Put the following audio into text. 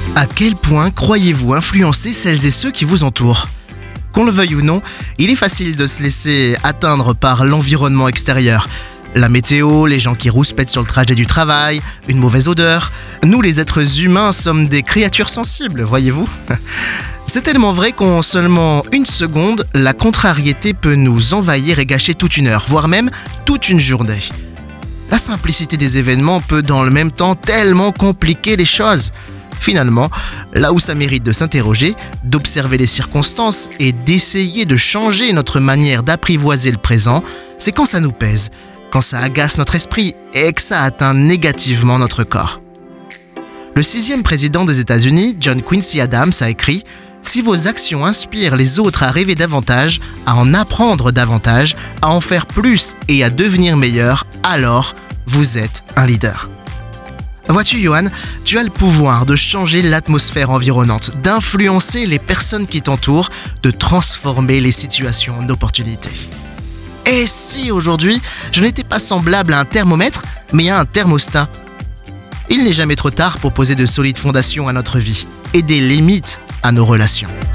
À quel point croyez-vous influencer celles et ceux qui vous entourent ? Qu'on le veuille ou non, il est facile de se laisser atteindre par l'environnement extérieur. La météo, les gens qui rouspètent sur le trajet du travail, une mauvaise odeur. Nous, les êtres humains, sommes des créatures sensibles, voyez-vous ? C'est tellement vrai qu'en seulement une seconde, la contrariété peut nous envahir et gâcher toute une heure, voire même toute une journée. La simplicité des événements peut dans le même temps tellement compliquer les choses. Finalement, là où ça mérite de s'interroger, d'observer les circonstances et d'essayer de changer notre manière d'apprivoiser le présent, c'est quand ça nous pèse, quand ça agace notre esprit et que ça atteint négativement notre corps. Le 6e président des États-Unis, John Quincy Adams, a écrit « Si vos actions inspirent les autres à rêver davantage, à en apprendre davantage, à en faire plus et à devenir meilleurs, alors vous êtes un leader. » Vois-tu, Johan, tu as le pouvoir de changer l'atmosphère environnante, d'influencer les personnes qui t'entourent, de transformer les situations en opportunités. Et si aujourd'hui, je n'étais pas semblable à un thermomètre, mais à un thermostat ? Il n'est jamais trop tard pour poser de solides fondations à notre vie et des limites à nos relations.